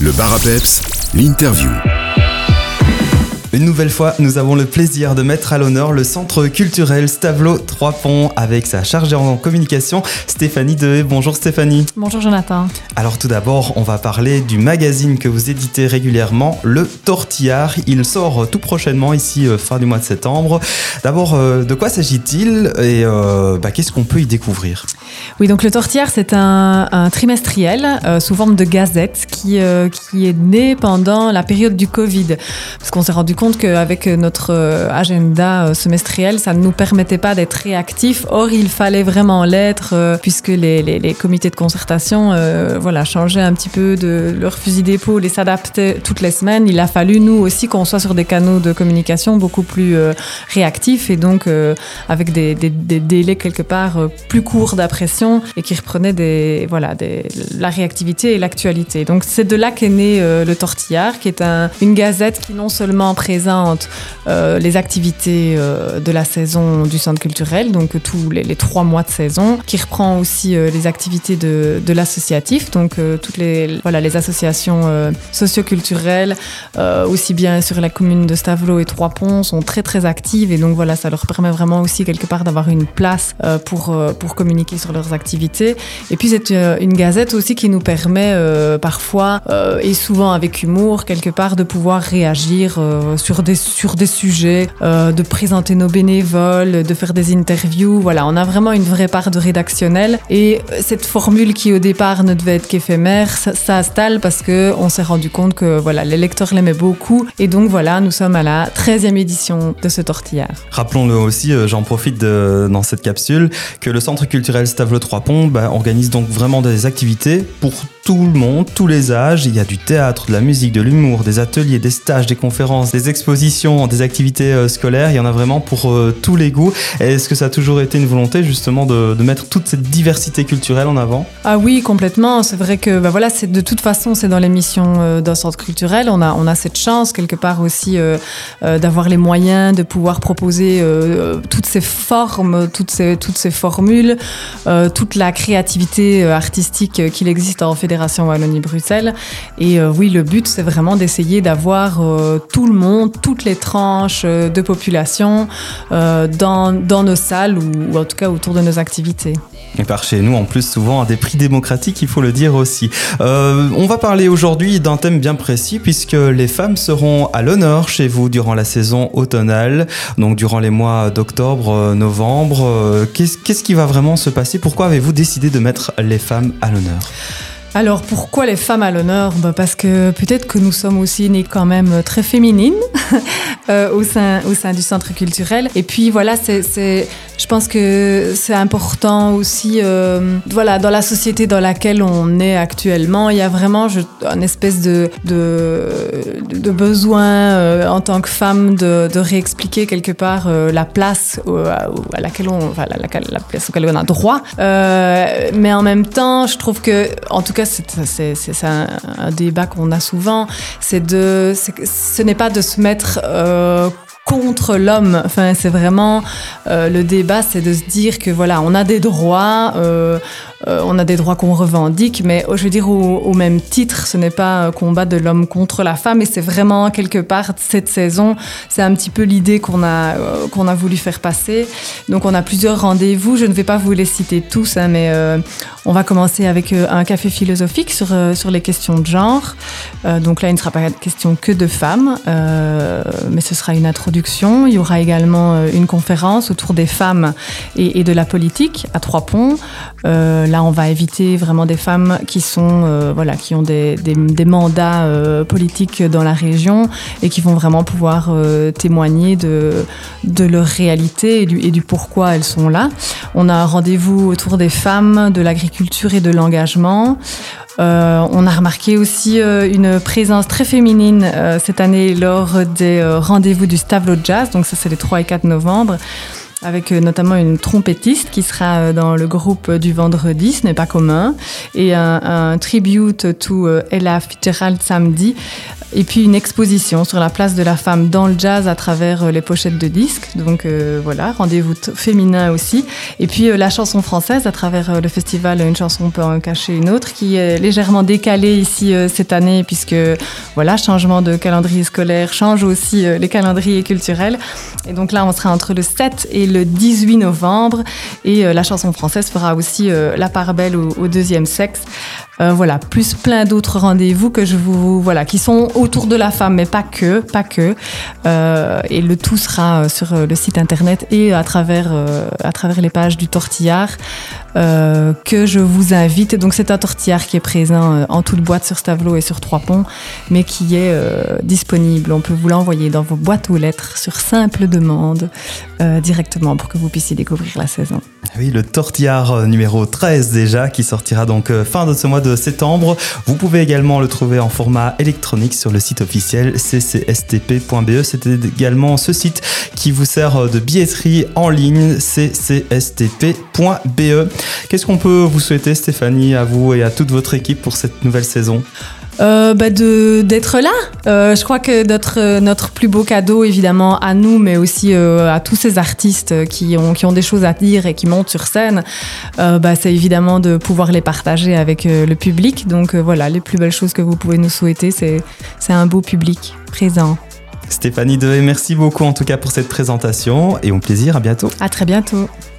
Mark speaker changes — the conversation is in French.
Speaker 1: Le Bar à Peps, l'interview.
Speaker 2: Une nouvelle fois, nous avons le plaisir de mettre à l'honneur le centre culturel Stavelot Trois Ponts avec sa chargée en communication, Stéphanie Dehé. Bonjour Stéphanie.
Speaker 3: Bonjour Jonathan.
Speaker 2: Alors tout d'abord, on va parler du magazine que vous éditez régulièrement, Le Tortillard. Il sort tout prochainement ici, fin du mois de septembre. D'abord, de quoi s'agit-il et qu'est-ce qu'on peut y découvrir ?
Speaker 3: Oui, donc Le Tortillard, c'est un trimestriel sous forme de gazette qui est né pendant la période du Covid. Parce qu'on s'est rendu compte qu'avec notre agenda semestriel, ça ne nous permettait pas d'être réactifs. Or, il fallait vraiment l'être puisque les comités de concertation changeaient un petit peu de leur fusil d'épaule et s'adaptaient toutes les semaines. Il a fallu, nous aussi, qu'on soit sur des canaux de communication beaucoup plus réactifs et donc avec des délais quelque part plus courts d'appréciation et qui reprenaient la réactivité et l'actualité. Donc, c'est de là qu'est né Le Tortillard, qui est une gazette qui non seulement présente les activités de la saison du centre culturel, donc tous les 3 mois de saison, qui reprend aussi les activités de l'associatif, donc toutes les associations socioculturelles, aussi bien sur la commune de Stavelot et Trois Ponts, sont très très actives et donc voilà, ça leur permet vraiment aussi quelque part d'avoir une place pour communiquer sur leurs activités. Et puis c'est une gazette aussi qui nous permet parfois et souvent avec humour quelque part de pouvoir réagir sur des sujets, de présenter nos bénévoles, de faire des interviews. Voilà, on a vraiment une vraie part de rédactionnel et cette formule qui au départ ne devait être qu'éphémère, ça installe parce qu'on s'est rendu compte que les lecteurs l'aimaient beaucoup et donc nous sommes à la 13e édition de ce Tortillard.
Speaker 2: Rappelons-le aussi, j'en profite dans cette capsule, que le centre culturel Stavelot Trois Ponts organise donc vraiment des activités pour tout le monde, tous les âges. Il y a du théâtre, de la musique, de l'humour, des ateliers, des stages, des conférences, des expositions, des activités scolaires. Il y en a vraiment pour tous les goûts. Est-ce que ça a toujours été une volonté justement de mettre toute cette diversité culturelle en avant ?
Speaker 3: Ah oui, complètement. C'est vrai que de toute façon, c'est dans les missions d'un centre culturel. On a cette chance quelque part aussi d'avoir les moyens de pouvoir proposer toutes ces formes, toutes ces formules, toute la créativité artistique qu'il existe en Fédération Wallonie-Bruxelles. Et oui, le but, c'est vraiment d'essayer d'avoir tout le monde, toutes les tranches de population dans nos salles ou en tout cas autour de nos activités.
Speaker 2: Et par chez nous, en plus, souvent à des prix démocratiques, il faut le dire aussi. On va parler aujourd'hui d'un thème bien précis puisque les femmes seront à l'honneur chez vous durant la saison automnale, donc durant les mois d'octobre, novembre. Qu'est-ce qui va vraiment se passer ? Pourquoi avez-vous décidé de mettre les femmes à l'honneur ?
Speaker 3: Alors, pourquoi les femmes à l'honneur ? Parce que peut-être que nous sommes aussi nées quand même très féminines au sein du centre culturel. Et puis je pense que c'est important aussi, dans la société dans laquelle on est actuellement, il y a vraiment une espèce de besoin en tant que femme de réexpliquer quelque part la place à laquelle la place auquel on a droit. Mais en même temps, je trouve que, en tout cas, c'est un débat qu'on a souvent, ce n'est pas de se mettre contre l'homme. Enfin, c'est vraiment le débat, c'est de se dire que on a des droits, qu'on revendique, mais je veux dire au même titre, ce n'est pas un combat de l'homme contre la femme, et c'est vraiment quelque part cette saison, c'est un petit peu l'idée qu'on a voulu faire passer. Donc on a plusieurs rendez-vous, je ne vais pas vous les citer tous, mais on va commencer avec un café philosophique sur les questions de genre. Donc là, il ne sera pas question que de femmes, mais ce sera une introduction. Il y aura également une conférence autour des femmes et de la politique à Trois Ponts. Là, on va inviter vraiment des femmes qui ont des mandats politiques dans la région et qui vont vraiment pouvoir témoigner de leur réalité et du pourquoi elles sont là. On a un rendez-vous autour des femmes, de l'agriculture et de l'engagement. On a remarqué aussi une présence très féminine cette année lors des rendez-vous du Stavelot Jazz, donc ça c'est les 3 et 4 novembre. avec notamment une trompettiste qui sera dans le groupe du vendredi, ce n'est pas commun, et un tribute to Ella Fitzgerald samedi, et puis une exposition sur la place de la femme dans le jazz à travers les pochettes de disques. Donc voilà, rendez-vous féminin aussi. Et puis la chanson française à travers le festival Une chanson peut en cacher une autre, qui est légèrement décalée ici cette année, puisque voilà, changement de calendrier scolaire change aussi les calendriers culturels. Et donc là, on sera entre le 7 et le 18 novembre. Et la chanson française fera aussi la part belle au deuxième sexe. Voilà, plus plein d'autres rendez-vous que qui sont autour de la femme, mais pas que. Et le tout sera sur le site internet et à travers les pages du Tortillard, que je vous invite. Donc c'est un Tortillard qui est présent en toute boîte sur Stavelot et sur Trois-Ponts, mais qui est disponible. On peut vous l'envoyer dans vos boîtes aux lettres sur simple demande directement pour que vous puissiez découvrir la saison.
Speaker 2: Oui, le Tortillard numéro 13 déjà, qui sortira donc fin de ce mois de septembre. Vous pouvez également le trouver en format électronique sur le site officiel ccstp.be. C'est également ce site qui vous sert de billetterie en ligne, ccstp.be. Qu'est-ce qu'on peut vous souhaiter, Stéphanie, à vous et à toute votre équipe pour cette nouvelle saison ?
Speaker 3: D'être là. Je crois que notre plus beau cadeau, évidemment, à nous, mais aussi à tous ces artistes qui ont des choses à dire et qui montent sur scène, c'est évidemment de pouvoir les partager avec le public. Donc voilà, les plus belles choses que vous pouvez nous souhaiter, c'est un beau public présent.
Speaker 2: Stéphanie Dehaye, merci beaucoup en tout cas pour cette présentation et au plaisir, à bientôt.
Speaker 3: À très bientôt.